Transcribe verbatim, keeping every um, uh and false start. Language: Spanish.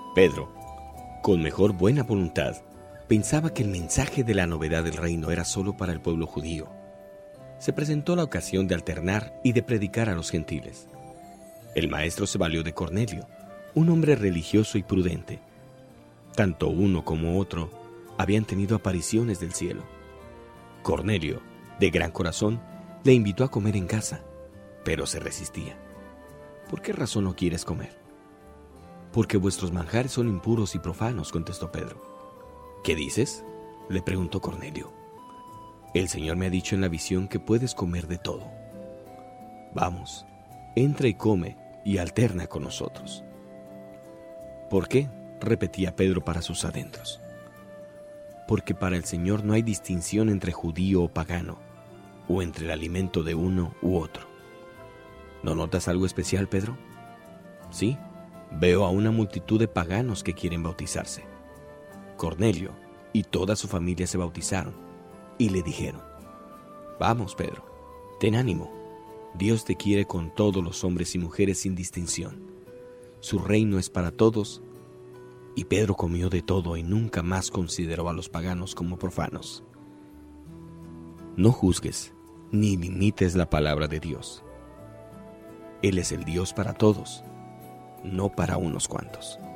Pedro, con mejor buena voluntad, pensaba que el mensaje de la novedad del reino era solo para el pueblo judío. Se presentó la ocasión de alternar y de predicar a los gentiles. El maestro se valió de Cornelio, un hombre religioso y prudente. Tanto uno como otro habían tenido apariciones del cielo. Cornelio, de gran corazón, le invitó a comer en casa, pero se resistía. ¿Por qué razón no quieres comer? Porque vuestros manjares son impuros y profanos, contestó Pedro. ¿Qué dices?, le preguntó Cornelio. El Señor me ha dicho en la visión que puedes comer de todo. Vamos, entra y come y alterna con nosotros. ¿Por qué?, repetía Pedro para sus adentros. Porque para el Señor no hay distinción entre judío o pagano, o entre el alimento de uno u otro. ¿No notas algo especial, Pedro? Sí, veo a una multitud de paganos que quieren bautizarse. Cornelio y toda su familia se bautizaron y le dijeron: Vamos, Pedro, ten ánimo. Dios te quiere con todos los hombres y mujeres sin distinción. Su reino es para todos. Y Pedro comió de todo y nunca más consideró a los paganos como profanos. No juzgues ni limites la palabra de Dios. Él es el Dios para todos, no para unos cuantos.